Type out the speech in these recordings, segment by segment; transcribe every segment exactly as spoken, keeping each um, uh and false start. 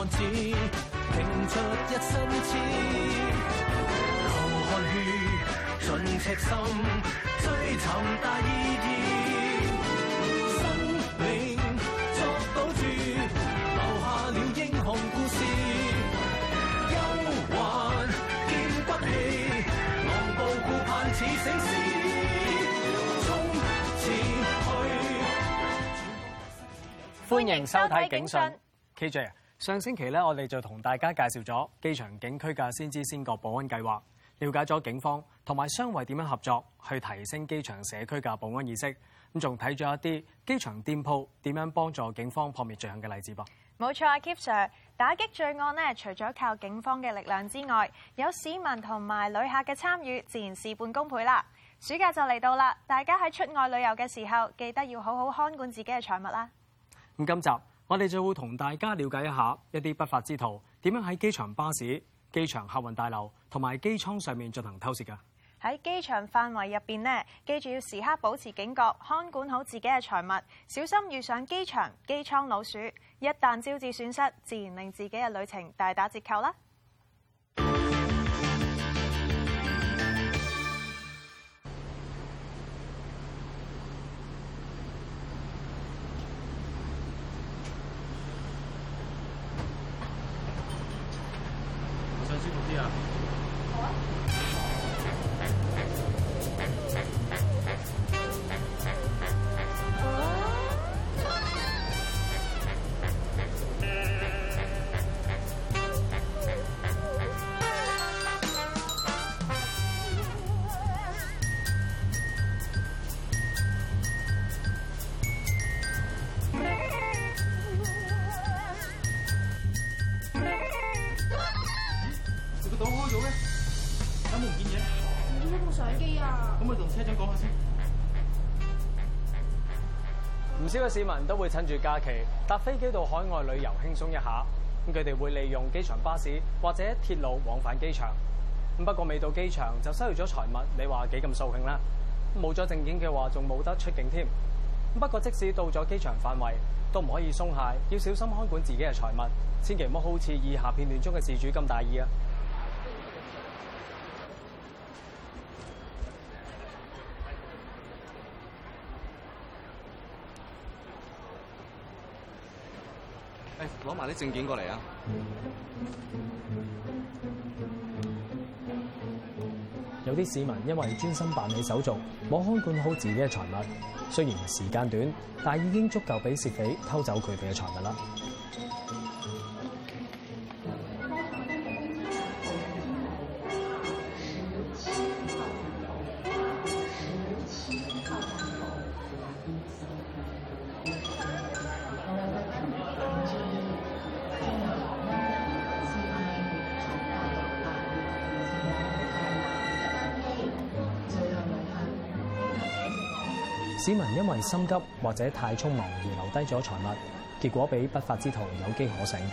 漢子，拼出一身刺，流汗血，盡赤心，追尋大意義，生命作賭注，留下了英雄故事，憂患見骨氣，昂步顧盼似醒獅。 歡迎收睇警訊 ，K J 啊！上星期咧，我哋就同大家介紹咗機場警區嘅先知先覺保安計劃，了解咗警方同埋商衛點樣合作，去提升機場社區嘅保安意識。咁仲睇咗一啲機場店鋪點樣幫助警方破滅罪行嘅例子噃。 冇錯啊 ，Keep Sir， 打擊罪案呢，除咗靠警方嘅力量之外，有市民同埋旅客嘅參與，自然事半功倍啦。暑假就嚟到啦，大家喺出外旅遊嘅時候，記得要好好看管自己嘅財物啦。 咁今集我哋就會同大家了解一下一啲不法之徒點樣喺機場巴士、機場客運大樓同埋機艙上面進行偷竊㗎。 喺機場範圍入邊呢，記住要時刻保持警覺，看管好自己嘅財物，小心遇上機場、機艙老鼠，一旦招致損失，自然令自己嘅旅程大打折扣啦。 舒服啲啊！好啊！你個檔開咗咩？有冇唔見嘢？ 唔見咗部相機啊！ 可唔可以同車長講下先？ 唔少嘅市民都會趁住假期搭飛機到海外旅遊輕鬆一下，咁佢哋會利用機場巴士或者鐵路往返機場。咁不過未到機場就失去咗財物，你話幾咁掃興啦？冇咗證件嘅話，仲冇得出境添。不過即使到咗機場範圍，都唔可以鬆懈，要小心看管自己嘅財物，千祈唔好好似以下片段中嘅事主咁大意啊！ 誒，攞埋啲證件過嚟啊！ 有啲市民因為專心辦理手續，冇看管好自己嘅財物，雖然時間短，但已經足夠俾竊匪偷走佢哋嘅財物啦。市民因為心急或者太匆忙而留低咗財物，結果俾不法之徒有機可乘。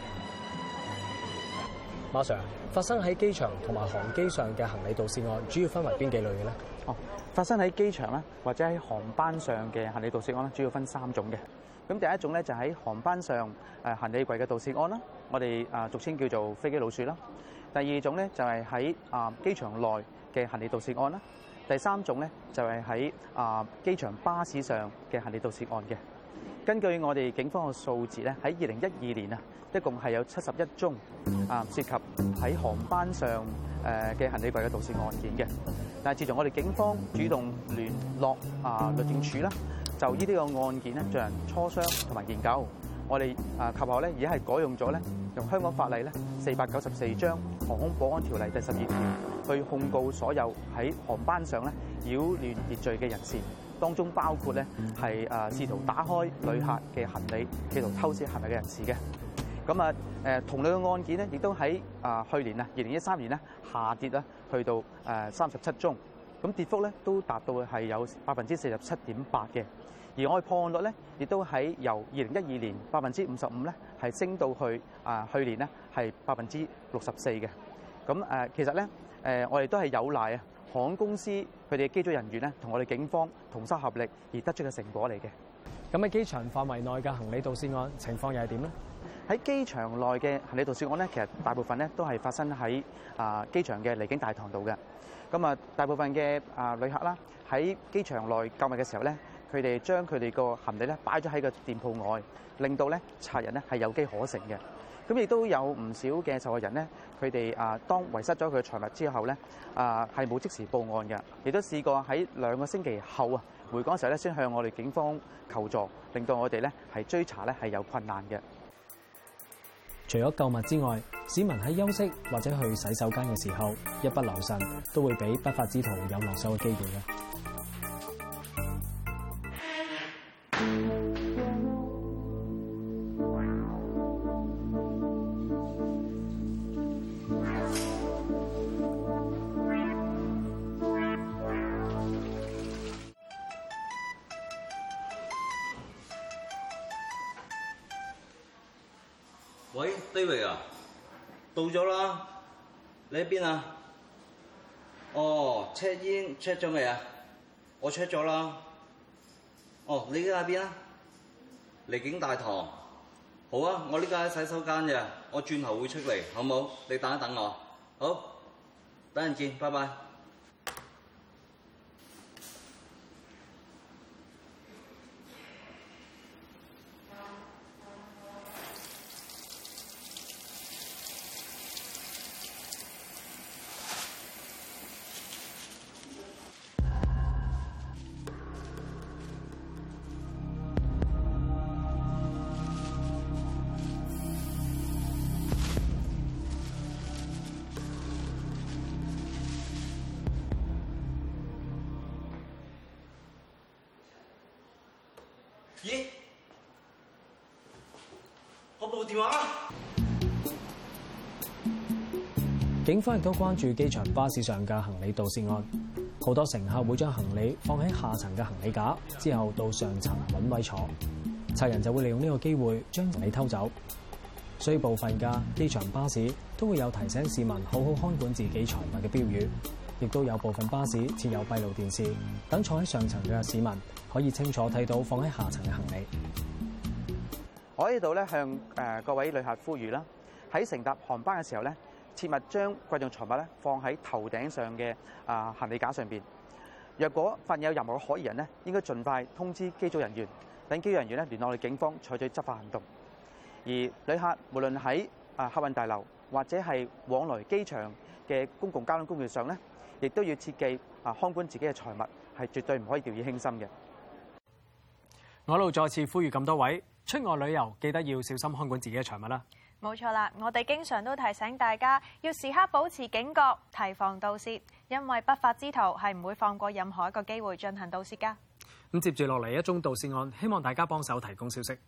馬 Sir， 發生喺機場同埋航機上嘅行李盜竊案，主要分為邊幾類嘅咧？ 哦，發生喺機場咧，或者喺航班上嘅行李盜竊案咧，主要分三種嘅。咁第一種咧就喺航班上誒行李櫃嘅盜竊案啦，我哋啊俗稱叫做飛機老鼠啦。第二種咧就係喺啊機場內嘅行李盜竊案啦。第三種咧就係喺啊機場巴士上嘅行李盜竊案嘅。根據我哋警方嘅數字咧，喺二零一二年啊，一共係有七十一宗啊涉及喺航班上誒嘅行李櫃嘅盜竊案件嘅。但係自從我哋警方主動聯絡啊律政處啦，就呢啲個案件咧進行磋商同埋研究，我哋啊及後咧而家係改用咗咧用香港法例咧四百九十四章航空保安條例第十二條去控告所有喺航班上咧擾亂秩序嘅人士。當中包括咧係誒試圖打開旅客嘅行李，企圖偷竊行李嘅人士嘅。咁啊誒同類嘅案件咧，亦都喺啊去年啊二零一三年咧下跌啦，去到誒三十七宗，咁跌幅咧都達到係有百分之四十七點八嘅。而我哋破案率咧，亦都喺由二零一二年百分之五十五咧，係升到去啊去年咧係百分之六十四嘅。咁誒其實咧誒我哋都係有賴啊航空公司佢哋嘅機組人員咧，同我哋警方同心合力而得出嘅成果嚟嘅。 咁喺機場範圍內嘅行李盜竊案情況又係點咧？ 喺機場內嘅行李盜竊案咧，其實大部分咧都係發生喺啊機場嘅離境大堂度嘅。咁啊，大部分嘅啊旅客啦，喺機場內購物嘅時候咧，佢哋將佢哋個行李咧擺咗喺個店鋪外，令到咧賊人咧係有機可乘嘅。咁亦都有唔少嘅受害人咧，佢哋啊當遺失咗佢嘅財物之後咧，啊係冇即時報案嘅，亦都試過喺兩個星期後啊回港嘅時候咧，先向我哋警方求助，令到我哋咧係追查咧係有困難嘅。 除咗購物之外，市民喺休息或者去洗手間嘅時候，一不留神都會俾不法之徒有落手嘅機會嘅。 喂 ，David 啊，到咗啦，你喺邊啊？哦 ，check in check 咗未啊？我 check 咗啦。哦，你而家喺邊啊？離境大堂。好啊，我呢家喺洗手間嘅，我轉頭會出嚟，好冇？你等一等我。好，等陣見，拜拜。咦？我部電話。 警方亦都關注機場巴士上嘅行李盜竊案，好多乘客會將行李放喺下層嘅行李架，之後到上層揾位坐，賊人就會利用呢個機會將行李偷走。所以部分嘅機場巴士都會有提醒市民好好看管自己財物嘅標語，亦都有部分巴士設有閉路電視，等坐喺上層嘅市民可以清楚睇到放喺下層嘅行李。 我喺度咧向誒各位旅客呼籲啦，喺乘搭航班嘅時候咧，切勿將貴重財物咧放喺頭頂上嘅啊行李架上邊。若果發現有任何嘅可疑人咧，應該盡快通知機組人員，等機組人員咧聯絡我哋警方採取執法行動。而旅客無論喺啊客運大樓或者係往來機場嘅公共交通工具上咧，亦都要切記啊看管自己嘅財物，係絕對唔可以掉以輕心嘅。 我喺度再次呼籲咁多位出外旅遊，記得要小心看管自己嘅財物啦。 冇錯啦，我哋經常都提醒大家要時刻保持警覺，提防盜竊，因為不法之徒係唔會放過任何一個機會進行盜竊㗎。 咁接住落嚟一宗盜竊案，希望大家幫手提供消息。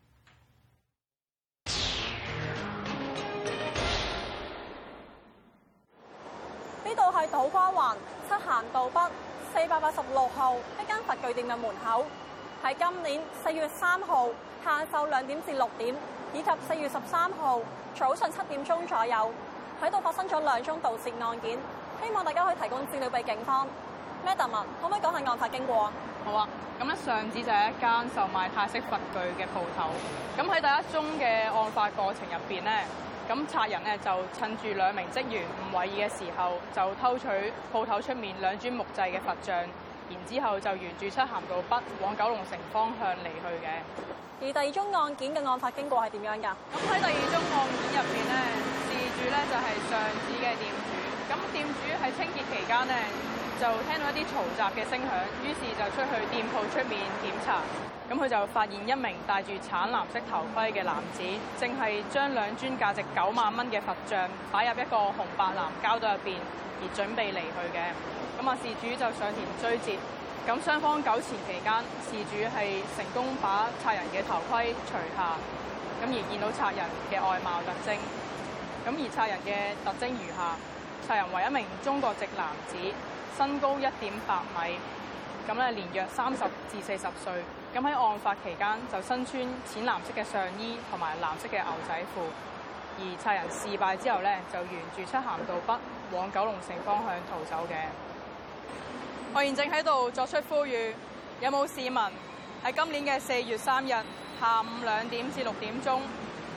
呢度係土瓜灣漆咸道北四百八十六號一間佛具店嘅門口，喺今年四月三號下晝兩點至六點，以及四月十三號早上七點鐘左右，喺度發生咗兩宗盜竊案件，希望大家可以提供資料俾警方。Madam，可唔可以講下案發經過啊？ 好啊，咁咧上址就係一間售賣泰式佛具嘅鋪頭，咁喺第一宗嘅案發過程入邊咧。咁賊人咧就趁住兩名職員唔為意嘅時候，就偷取鋪頭出面兩尊木製嘅佛像，然之後就沿住漆咸道北往九龍城方向離去嘅。 而第二宗案件嘅案發經過係點樣㗎？ 咁喺第二宗案件入邊咧，事主咧就係上址嘅店主，咁店主喺清潔期間咧就聽到一啲嘈雜嘅聲響，於是就出去店鋪出面檢查。咁佢就發現一名戴住橙藍色頭盔嘅男子，正係將兩尊價值九萬蚊嘅佛像擺入一個紅白藍膠袋入邊，而準備離去嘅。咁啊，事主就上前追截，咁雙方糾纏期間，事主係成功把賊人嘅頭盔除下，咁而見到賊人嘅外貌特徵。咁而賊人嘅特徵如下：賊人為一名中國籍男子，身高一點八米，咁咧年約三十至四十歲。咁喺案發期間就身穿淺藍色嘅上衣同埋藍色嘅牛仔褲，而賊人事敗之後咧就沿住漆咸道北往九龍城方向逃走嘅。我現正喺度作出呼籲，有冇市民喺今年嘅四月三日下午兩點至六點鐘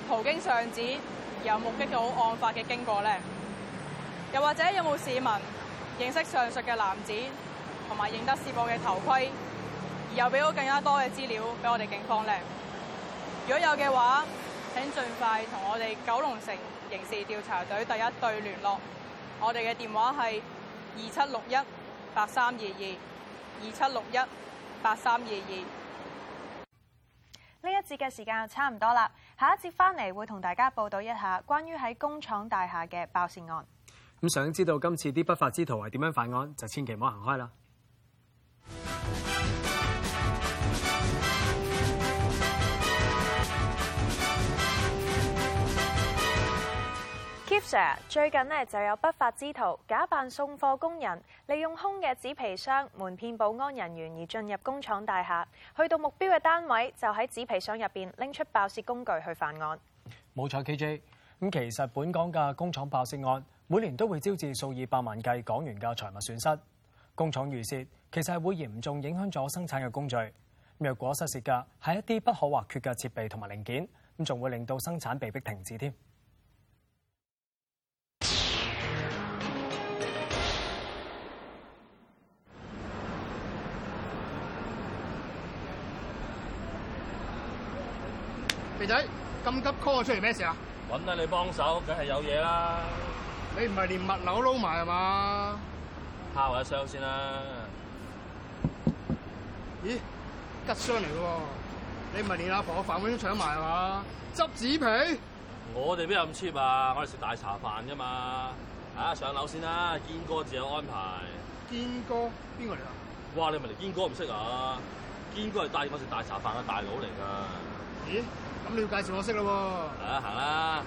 途經上址有目擊到案發嘅經過呢？又或者有冇市民認識上述嘅男子，同埋認得涉案嘅頭盔，而又俾到更加多嘅資料俾我哋警方呢？如果有嘅話，請盡快同我哋九龍城刑事調查隊第一隊聯絡。我哋嘅電話係二七六一八三二二，二七六一八三二二。 呢一節嘅時間就差唔多啦，下一節翻嚟會同大家報道一下關於喺工廠大廈嘅爆竊案。 咁想知道今次啲不法之徒係點樣犯案，就千祈唔好行開啦。 Keep Sir 最近呢就有不法之徒假扮送貨工人，利用空嘅紙皮箱瞞騙保安人員而進入工廠大廈，去到目標嘅單位就喺紙皮箱入邊拎出爆竊工具去犯案。 冇錯 ，K J。咁其實本港嘅工廠爆竊案每年都會招致數以百萬計港元嘅財物損失。工廠遇竊其實係會嚴重影響咗生產嘅工序。若果失竊嘅係一啲不可或缺嘅設備同埋零件，咁仲會令到生產被迫停止添。 肥仔，咁急 call 我出嚟咩事啊？ 揾得你幫手，梗係有嘢啦。 你唔係連物流都撈埋係嘛？ 敲我一箱先啦。 咦，吉箱嚟嘅喎！你唔係連阿婆飯碗都搶埋係嘛？執紙皮？ 我哋邊有咁 cheap 啊？我哋食大茶飯啫嘛。啊，上樓先啦，堅哥自有安排。 堅哥邊個嚟啊？ 哇，你咪嚟堅哥唔識啊？堅哥係帶我食大茶飯嘅大佬嚟㗎。 咦？咁你要介紹我識咯喎！ 嚟啦，行啦！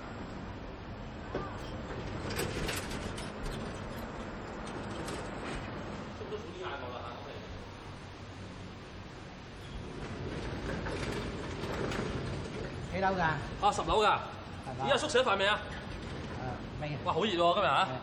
都早啲嗌我啦， 幾樓㗎？ 啊，十樓㗎。而家宿舍飯未啊？ 誒，未。 哇，好熱喎今日嚇！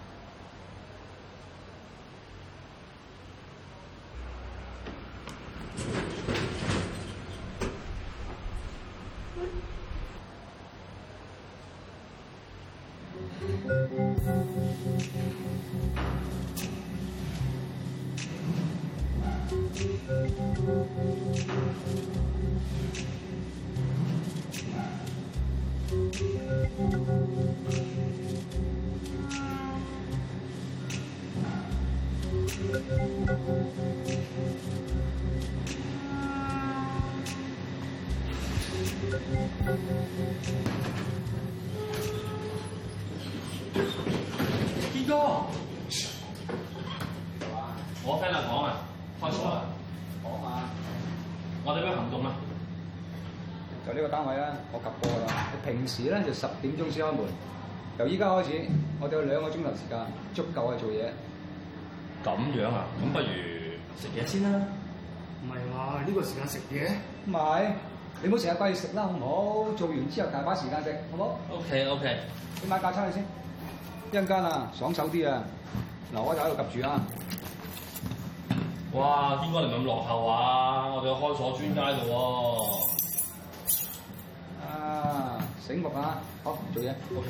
堅哥，我 friend 啊講啊，開鎖啊， 講啊， 我哋咩行動啊？ 就呢個單位啦，我及過啦。平時咧就十點鐘先開門，由依家開始，我哋有兩個鐘頭時間，足夠去做嘢。 咁樣啊？咁不如食嘢先啦。 唔係話呢個時間食嘢？ 唔係，你唔好成日掛住食啦，好唔好？做完之後大把時間食，好唔好 ？OK OK。 你買架餐去先，一陣間啊，爽手啲啊！嗱，我就喺度及住啊。 哇！堅哥你咪咁落後啊！我哋有開鎖專家度喎。 啊，醒目啊！好，做嘢。 OK。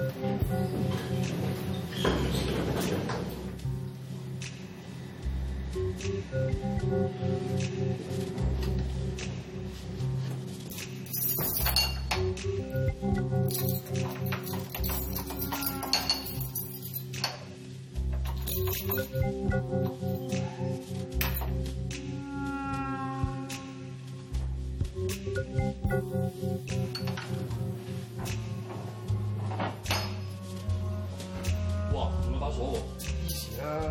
哇！仲有把鎖喎。 以前啦。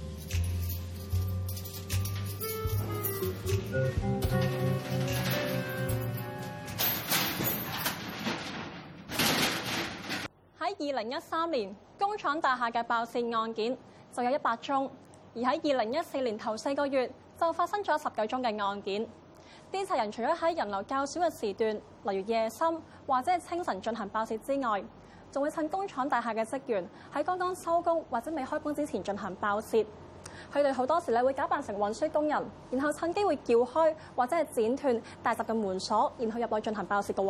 喺二零一三年，工廠大廈嘅爆竊案件就有一百宗，而喺二零一四年頭四個月就發生咗十九宗嘅案件。啲賊人除咗喺人流較少嘅時段，例如夜深或者係清晨進行爆竊之外，仲會趁工廠大廈嘅職員喺剛剛收工或者未開工之前進行爆竊。佢哋好多時咧會假扮成運輸工人，然後趁機會撬開或者係剪斷大閘嘅門鎖，然後入內進行爆竊嘅喎。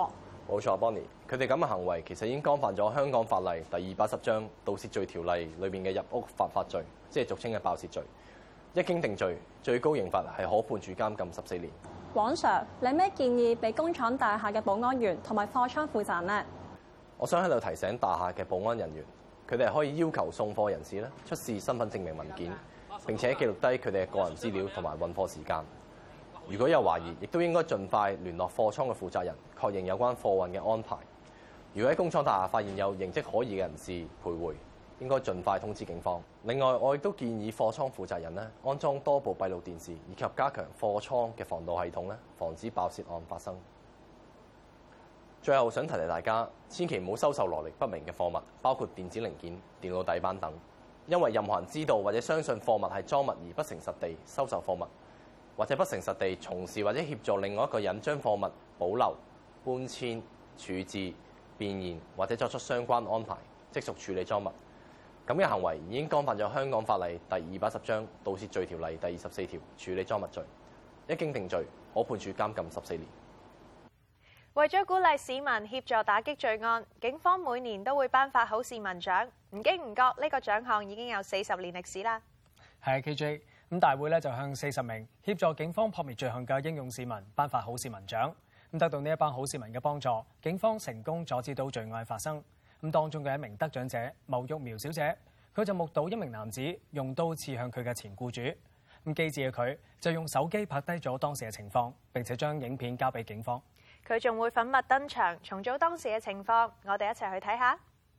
冇錯 ，Bonnie， 佢哋咁嘅行為其實已經干犯咗香港法例第二百十章盜竊罪條例裏邊嘅入屋犯法罪，即係俗稱嘅爆竊罪。一經定罪，最高刑罰係可判處監禁十四年。 黃 Sir， 你咩建議俾工廠大廈嘅保安員同埋貨倉負責人呢？ 我想喺度提醒大廈嘅保安人員，佢哋係可以要求送貨人士咧出示身份證明文件，並且記錄低佢哋嘅個人資料同埋運貨時間。如果有懷疑，亦都應該盡快聯絡貨倉嘅負責人，確認有關貨運嘅安排。如果喺工廠大廈發現有形跡可疑嘅人士徘徊，應該盡快通知警方。另外，我亦都建議貨倉負責人咧安裝多部閉路電視，以及加強貨倉嘅防盜系統咧，防止爆竊案發生。最後想提提大家，千祈唔好收受來歷不明嘅貨物，包括電子零件、電腦底板等，因為任何人知道或者相信貨物係贓物而不誠實地收受貨物，或者不誠實地從事或者協助另外一個人將貨物保留、搬遷、處置、變現或者作出相關安排，即屬處理贓物。咁嘅行為已經干犯咗香港法例第二百十章盜竊罪條例第二十四條處理贓物罪，一經定罪，可判處監禁十四年。 為咗鼓勵市民協助打擊罪案，警方每年都會頒發好市民獎。唔經唔覺，呢個獎項已經有四十年歷史啦。 係啊 ，K J， 咁大會咧就向四十名協助警方撲滅罪行嘅英勇市民頒發好市民獎。咁得到呢一班好市民嘅幫助，警方成功阻止到罪案發生。咁當中嘅一名得獎者牟玉苗小姐，佢就目睹一名男子用刀刺向佢嘅前僱主。咁機智嘅佢就用手機拍低咗當時嘅情況，並且將影片交俾警方。 佢仲會粉墨登場，重組當時嘅情況。我哋一齊去睇下。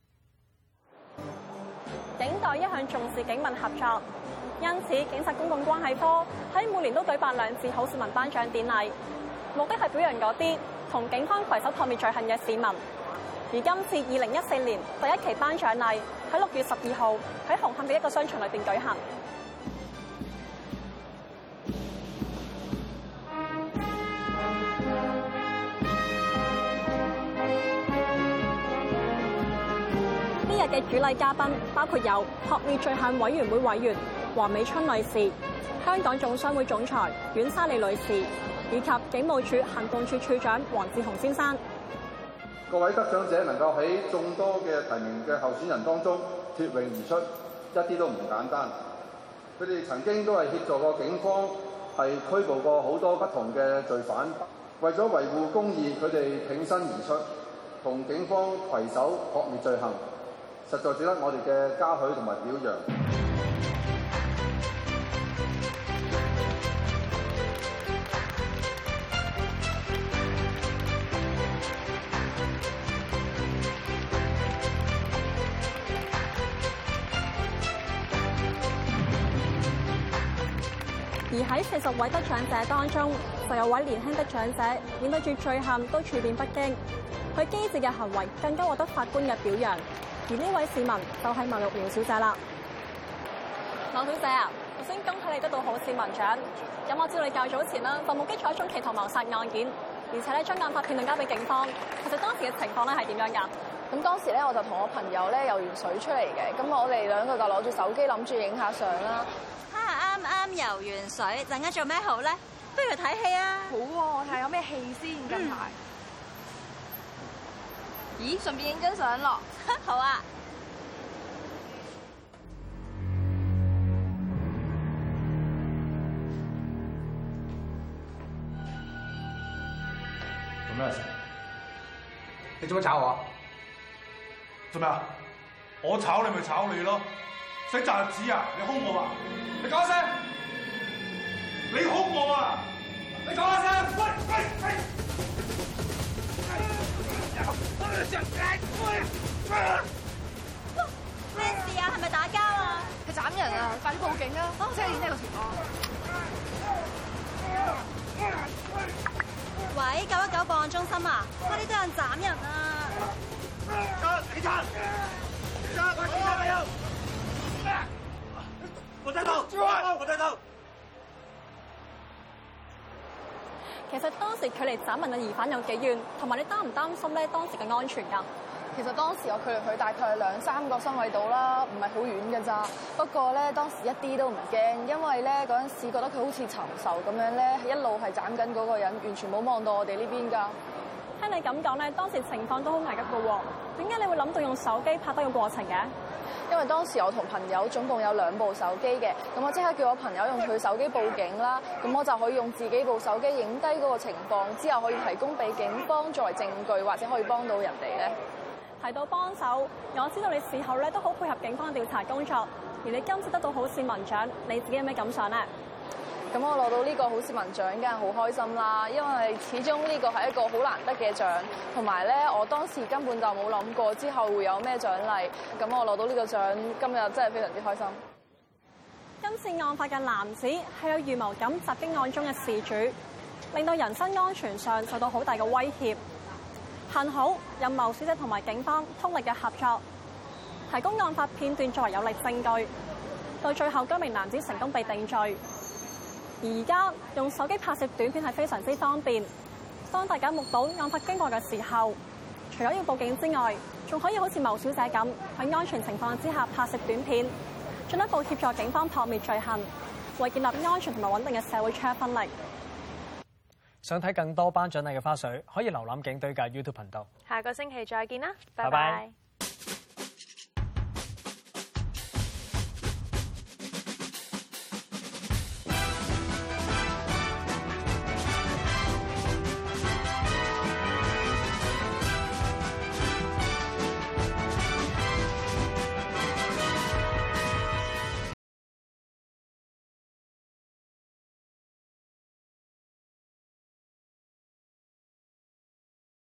警隊一向重視警民合作，因此警察公共關係科喺每年都舉辦兩次好市民頒獎典禮，目的係表揚嗰啲同警方攜手撲滅罪行嘅市民。而今次二零一四年第一期頒獎禮喺六月十二號喺紅磡嘅一個商場裏邊舉行。呢日嘅主禮嘉賓包括有撲滅罪行委員會委員黃美春女士、香港總商會總裁阮莎莉女士，以及警務處行動處處長黃志雄先生。 各位得獎者能夠喺眾多嘅提名嘅候選人當中脫穎而出，一啲都唔簡單。佢哋曾經都係協助過警方係拘捕過好多不同嘅罪犯，為咗維護公義，佢哋挺身而出，同警方攜手撲滅罪行，實在值得我哋嘅嘉許同埋表揚。 而喺四十位得獎者當中，就有位年輕得獎者面對住罪行都處變不驚，佢機智嘅行為更加獲得法官嘅表揚。而呢位市民就係牟玉苗小姐啦。牟小姐啊，頭先恭喜你得到好市民獎。咁我知道你較早前啦就目擊咗一宗企圖謀殺案件，而且咧將案發片段交俾警方。其實當時嘅情況咧係點樣㗎？ 咁當時咧我就同我朋友咧游完水出嚟嘅，咁我哋兩個就攞住手機諗住影下相啦。 啱啱游完水，陣間做咩好咧？不如睇戲啊！ 好喎，睇下有咩戲先近排。咦，順便影張相咯。 好啊。 做咩事？你做咩炒我？ 做咩啊？我炒你咪炒你咯！想賺日子啊？你兇我啊？你講一聲！你兇我啊！你講一聲！喂喂喂！ 咩事啊？係咪打交啊？ 係斬人啊！快啲報警啊！即係呢個情況。 喂，九一九報案中心啊！快啲都有人斬人啊！ 警察！警察！警察嚟啊！我睇到，我睇到。 其實當時距離斬人嘅疑犯有幾遠，同埋你擔唔擔心咧當時嘅安全㗎？ 其實當時我距離佢大概係兩三個身位度啦，唔係好遠㗎咋。不過咧當時一啲都唔驚，因為咧嗰陣時覺得佢好似尋仇咁樣咧，一路係斬緊嗰個人，完全冇望到我哋呢邊㗎。 聽你咁講咧，當時情況都好危急㗎喎。點解你會諗到用手機拍低個過程嘅？ 因為當時我同朋友總共有兩部手機嘅，咁我即刻叫我朋友用佢手機報警啦，咁我就可以用自己部手機影低嗰個情況，之後可以提供俾警方作為證據，或者可以幫到人哋咧。 提到幫手，我知道你事後咧都好配合警方嘅調查工作，而你今次得到好市民獎，你自己有咩感想咧？ 咁我攞到呢個好市民獎，梗係好開心啦！因為始終呢個係一個好難得嘅獎，同埋咧，我當時根本就冇諗過之後會有咩獎勵。咁我攞到呢個獎，今日真係非常之開心。 今次案發嘅男子係有預謀咁襲擊案中嘅事主，令到人身安全上受到好大嘅威脅。幸好有謀事者同埋警方通力嘅合作，提供案發片段作為有力證據，到最後該名男子成功被定罪。而家用手機拍攝短片係非常之方便，當大家目睹案發經過嘅時候，除咗要報警之外，仲可以好似牟小姐咁喺安全情況之下拍攝短片，進一步協助警方撲滅罪行，為建立安全同埋穩定嘅社會出一分力。 想睇更多頒獎禮嘅花絮，可以瀏覽警隊嘅 YouTube 頻道。 下個星期再見啦，拜拜拜。 拜。